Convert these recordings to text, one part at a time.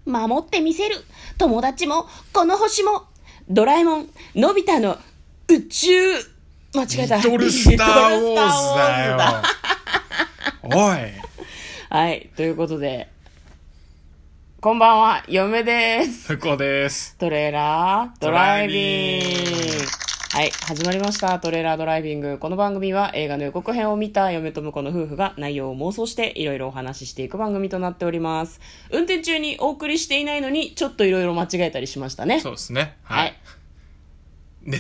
守ってみせる。友達もこの星も。ドラえもんのび太の宇宙。間違えた。 リトルスターウォーズだよ。おい。 はい、ということで、こんばんは、嫁です。 ふこです。 トレーラードライビング。はい、始まりました。トレーラードライビング。この番組は映画の予告編を見た嫁と婿の夫婦が内容を妄想していろいろお話ししていく番組となっております。運転中にお送りしていないのにちょっといろいろ間違えたりしましたね。 そうですね。 はい。 ね。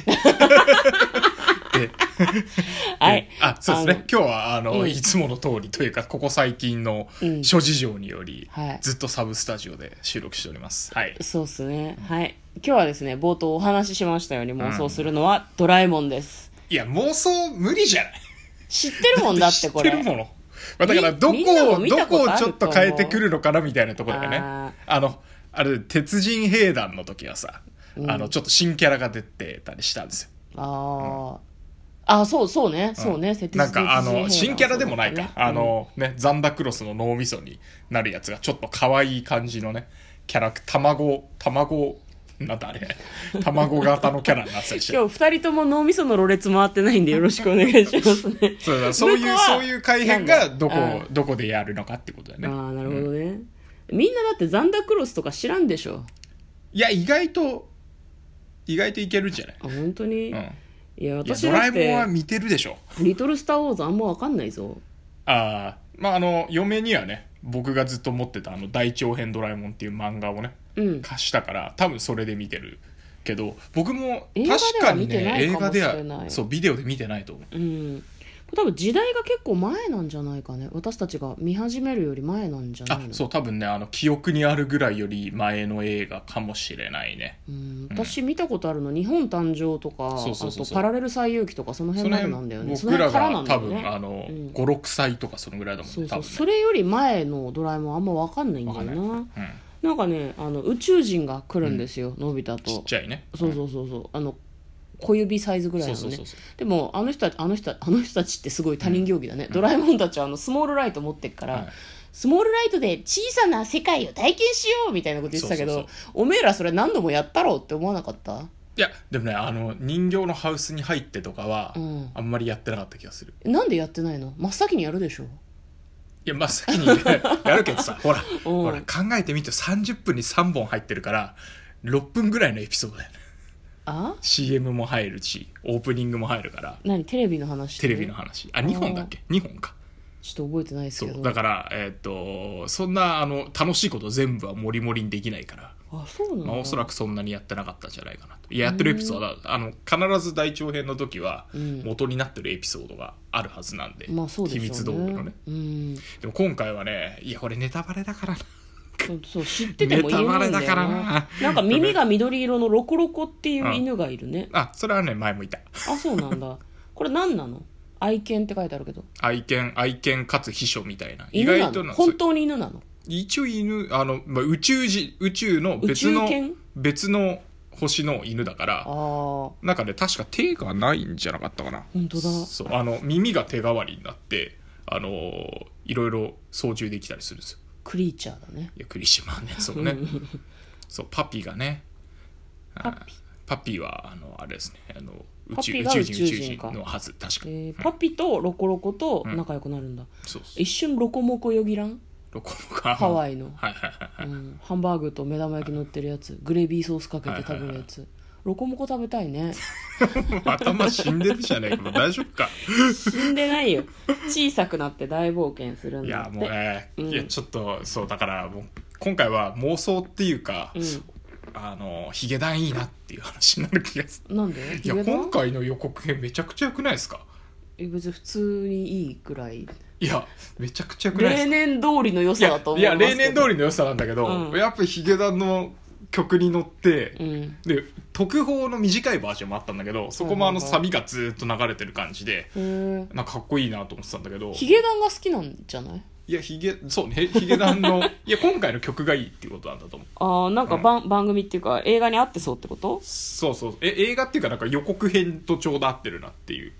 はい。 そうですね。今日は、いつもの通りというか、ここ最近の諸事情により、ずっとサブスタジオで収録しております。はい。 そうですね。はい。今日はですね、冒頭お話ししましたように妄想するのはドラえもんです。 いや、妄想無理じゃない？ 知ってるもんだってこれ。 知ってるもの。だからどこをちょっと変えてくるのかなみたいなところだよね。あれ、鉄人兵団の時はさ、ちょっと新キャラが出てたりしたんですよ。 そうね。 なんか新キャラでもないか。ザンダクロスの脳みそになるやつがちょっと可愛い感じのね、キャラクター、なんだあれ、卵型のキャラになってたりして。 今日二人とも脳みそのろれつ回ってないんでよろしくお願いしますね。 そういう改変がどこでやるのかってことだよね。 なるほどね。みんなだってザンダクロスとか知らんでしょ。 いや、意外といけるんじゃない？ 本当に？いや、私ドラえもんは見てるでしょ。 リトルスターウォーズあんま分かんないぞ。 嫁にはね、僕がずっと持ってた大長編ドラえもんっていう漫画をね、貸したから多分それで見てるけど、僕も確かにね、映画ではそうビデオで見てないと思う。 多分時代が結構前なんじゃないかね。私たちが見始めるより前なんじゃないの？ そう、多分ね、記憶にあるぐらいより前の映画かもしれないね。 私見たことあるの日本誕生とか、あとパラレル最遊記とかその辺までなんだよね。 僕らが多分5、6歳とかそのぐらいだもんね。 それより前のドラえもんあんま分かんないんだよな。なんかね、宇宙人が来るんですよ、のび太と。 ちっちゃいね。 そう小指サイズぐらいのね。でもあの人たちってすごい他人行儀だね。ドラえもんたちはスモールライト持ってっから、スモールライトで小さな世界を体験しようみたいなこと言ってたけど、おめえらそれ何度もやったろうって思わなかった？ いや、でもね、人形のハウスに入ってとかは、あんまりやってなかった気がする。 なんでやってないの？真っ先にやるでしょ。 いや、真っ先に、ね、やるけどさ、ほら考えてみて30分に3本入ってるから6分ぐらいのエピソードだよね。CM も入るしオープニングも入るから。 何？テレビの話？ テレビの話。2本だっけ？2本か。 ちょっと覚えてないですけど。 そうだからそんな楽しいこと全部はモリモリにできないから。 そうなんだ。 おそらくそんなにやってなかったんじゃないかなと。やってるエピソードは必ず大長編の時は元になってるエピソードがあるはずなんで、秘密道具のね。でも今回はね、いやこれネタバレだからな。 そう知ってても言えないんだよな。なんか耳が緑色のロコロコっていう犬がいるね。 それはね、前もいた。 そうなんだ。これ何なの？愛犬って書いてあるけど。 愛犬かつ秘書みたいな。 犬なの？本当に犬なの？ 一応犬、宇宙の別の星の犬だから、なんかね、確か手がないんじゃなかったかな。 本当だ。 そう、耳が手代わりになって、いろいろ操縦できたりするんですよ。 クリーチャーだね。 いや、クリシマンね、そうね。そう、パピがね。パピは、あれですね、宇宙人のはず、確か。 パピとロコロコと仲良くなるんだ。一瞬ロコモコよぎらん？ ロコモコハワイの。ハンバーグと目玉焼き乗ってるやつ。グレービーソースかけて食べるやつ。ロコモコ食べたいね。 頭死んでるじゃねえか。大丈夫か？ 死んでないよ。小さくなって大冒険するんだって。 いやもうね、いやちょっとそうだからもう今回は妄想っていうか、ヒゲダンいいなっていう話になる気がする。 なんで？ いや今回の予告編めちゃくちゃ良くないですか？ 別に普通にいいくらい。 いやめちゃくちゃ良くないですか？例年通りの良さだと思いますけど。 いや例年通りの良さなんだけど、やっぱりヒゲダンの曲に乗って、で特報の短いバージョンもあったんだけど、そこもサビがずっと流れてる感じで、なんかかっこいいなと思ってたんだけど。 ヒゲダンが好きなんじゃない？ いやそうね、ヒゲダンのいや今回の曲がいいっていうことなんだと思う。 なんか番組っていうか映画に合ってそうってこと？ そう映画っていうかなんか予告編とちょうど合ってるなっていう。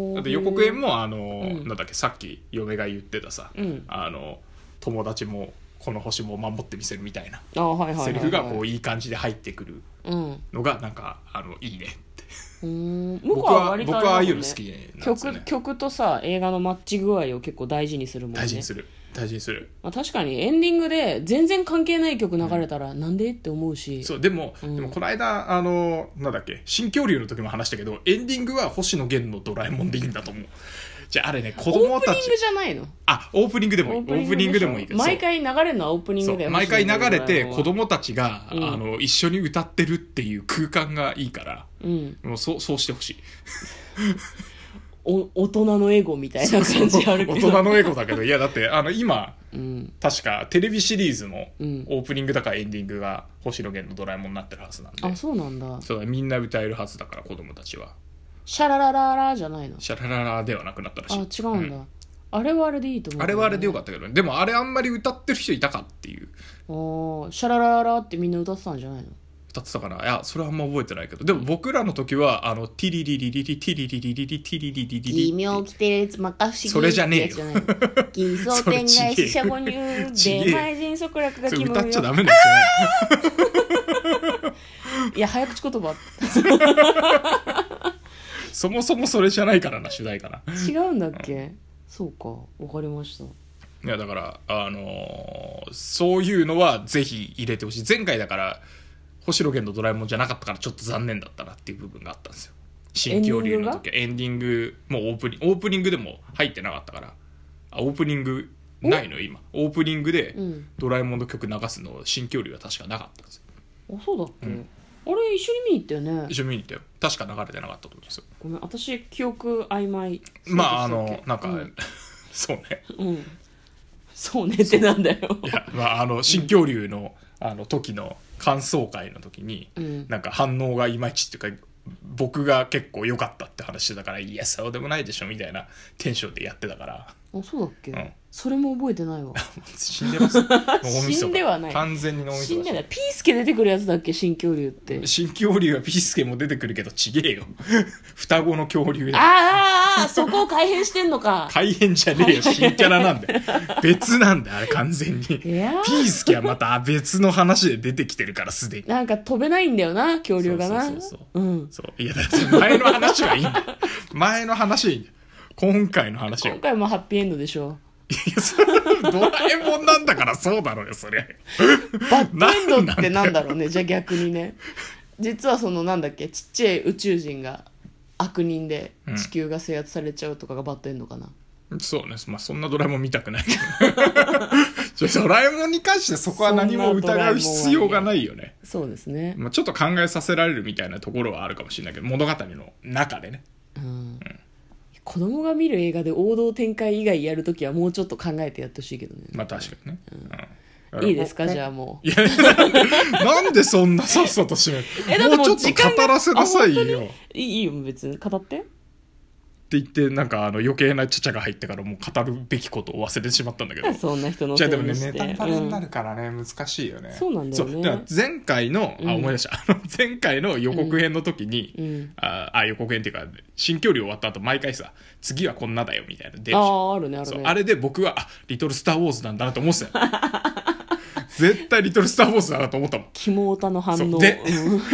だって予告編もなんだっけ、さっき嫁が言ってたさ、友達もこの星も守ってみせるみたいなセリフがこういい感じで入ってくるのがなんかいいねって。僕はああいうの好きなんですよね。 曲とさ映画のマッチ具合を結構大事にするもんね。 大事にする、 まあ、確かにエンディングで全然関係ない曲流れたらなんでって思うし、 そうでもこの間なんだっけ新恐竜の時も話したけど、エンディングは星野源のドラえもんでいいんだと思う。じゃああれね、子供たちオープニングじゃないの？ オープニングでもいい。オープニングでもいいけど、 毎回流れるのはオープニングで毎回流れて子供たちが、一緒に歌ってるっていう空間がいいから、もうそうしてほしい。 大人のエゴみたいな感じあるけど、 大人のエゴだけど、いやだって今、確かテレビシリーズのオープニングだからエンディングが星野源のドラえもんになってるはずなんで。 あ、そうなんだ。 そうだ、みんな歌えるはずだから子供たちは。 シャララララじゃないの？ シャラララではなくなったらしい。 あ、違うんだ、あれはあれでいいと思う、ね、 あれはあれでよかったけどね。でもあれあんまり歌ってる人いたかっていう。 シャララララってみんな歌ってたんじゃないの？ 歌ってたかな。いやそれはあんま覚えてないけど、でも僕らの時はティリリリリリティリリリリリティリリリリリ奇妙きてれつまか不思議それじゃねえよ。 奇想天外四捨五入で前人即落が決むよ。 歌っちゃダメなんじゃないいや早口言葉そもそもそれじゃないからな、主題歌な。 違うんだっけ、そうか、わかりました。 いやだからそういうのはぜひ入れてほしい。前回だから星野源のドラえもんじゃなかったからちょっと残念だったなっていう部分があったんですよ。新恐竜の時はエンディングもオープニングでも入ってなかったから。オープニングないの今。オープニングでドラえもんの曲流すの新恐竜は確かなかったんですよ。 あ、そうだっけ、あれ一緒に見に行ったよね。 一緒に見に行ったよ。確か流れてなかったと思うんですよ。 ごめん、私記憶曖昧。 まあなんか、そうね。 そうねってなんだよ。 いや新恐竜の時の感想会の時に、なんか反応がいまいちっていうか、僕が結構良かったって話してたから、いやそうでもないでしょみたいなテンションでやってたから。 あ、そうだっけ、それも覚えてないわ。 死んでます。 死んではない。 完全に脳みそ。 死んでない。ピースケ出てくるやつだっけ、新恐竜って。 新恐竜はピースケも出てくるけどちげえよ。双子の恐竜だ。 そこを改変してんのか。 改変じゃねえよ、新キャラなんだよ。別なんだよあれ完全に。ピースケはまた別の話で出てきてるからすでに。 なんか飛べないんだよな、恐竜がな。 そう。いやだって前の話はいいんだよ。前の話はいいんだよ。今回の話は。 今回もハッピーエンドでしょ。 いやそれドラえもんなんだからそうだろうよそりゃ。 バッドエンドってなんだろうね。じゃあ逆にね、実はそのなんだっけ、ちっちゃい宇宙人が悪人で地球が制圧されちゃうとかがバッドエンドかな。 そうね。まあそんなドラえもん見たくないけど。ドラえもんに関してそこは何も疑う必要がないよね。 そうですね。 まあちょっと考えさせられるみたいなところはあるかもしれないけど、物語の中でね。 子供が見る映画で王道展開以外やるときはもうちょっと考えてやってほしいけどね。 まあ確かにね。 いいですか、じゃあもう。 いやなんでそんなさっさと締める。もうちょっと語らせなさいよ。 いいよ別に語って。 って言ってなんか余計なちゃちゃが入ってからもう語るべきことを忘れてしまったんだけど。 そんな人のせいにして。 じゃあでもねネタバレになるからね、難しいよね。 そうなんだよね。 そう前回の思い出した前回の予告編の時に、予告編っていうか新恐竜終わった後毎回さ次はこんなだよみたいな出るじゃん。 あるねあるね。 あれで僕はリトルスターウォーズなんだなと思ってたよ。絶対リトルスターウォーズだなと思ったもん。 キモオタの反応で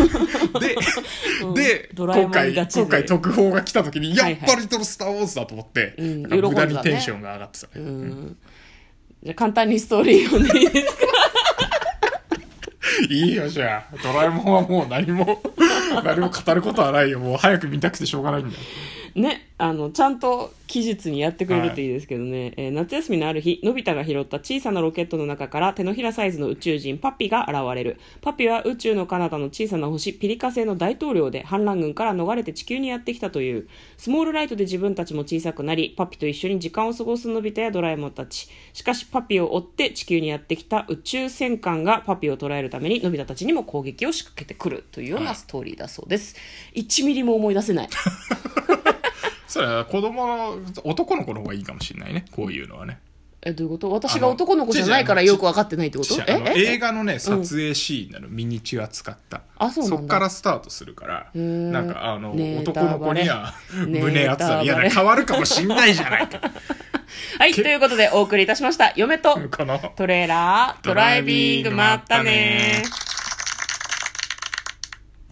今回特報が来た時にやっぱリトルスターウォーズだと思って、無駄にテンションが上がってたね。 じゃあ簡単にストーリー読んでいいですか。 いいよじゃあドラえもんはもう何も語ることはないよ。もう早く見たくてしょうがないんだよね。ちゃんと期日にやってくれるといいですけどね、夏休みのある日、のび太が拾った小さなロケットの中から手のひらサイズの宇宙人パピが現れる。パピは宇宙の彼方の小さな星ピリカ星の大統領で、反乱軍から逃れて地球にやってきたという。スモールライトで自分たちも小さくなり、パピと一緒に時間を過ごすのび太やドラえもんたち。しかしパピを追って地球にやってきた宇宙戦艦がパピを捕らえるためにのび太たちにも攻撃を仕掛けてくるというようなストーリーだそうです。1ミリも思い出せない。 それは子供の男の子の方がいいかもしれないね、こういうのはね。 どういうこと？私が男の子じゃないからよく分かってないってこと？ 映画のね撮影シーンなの、ミニチュア使った。そっからスタートするから、なんか男の子には胸熱さ、いや変わるかもしんないじゃないか。 はい、ということでお送りいたしました。嫁とかなトレーラードライビング、まったねー。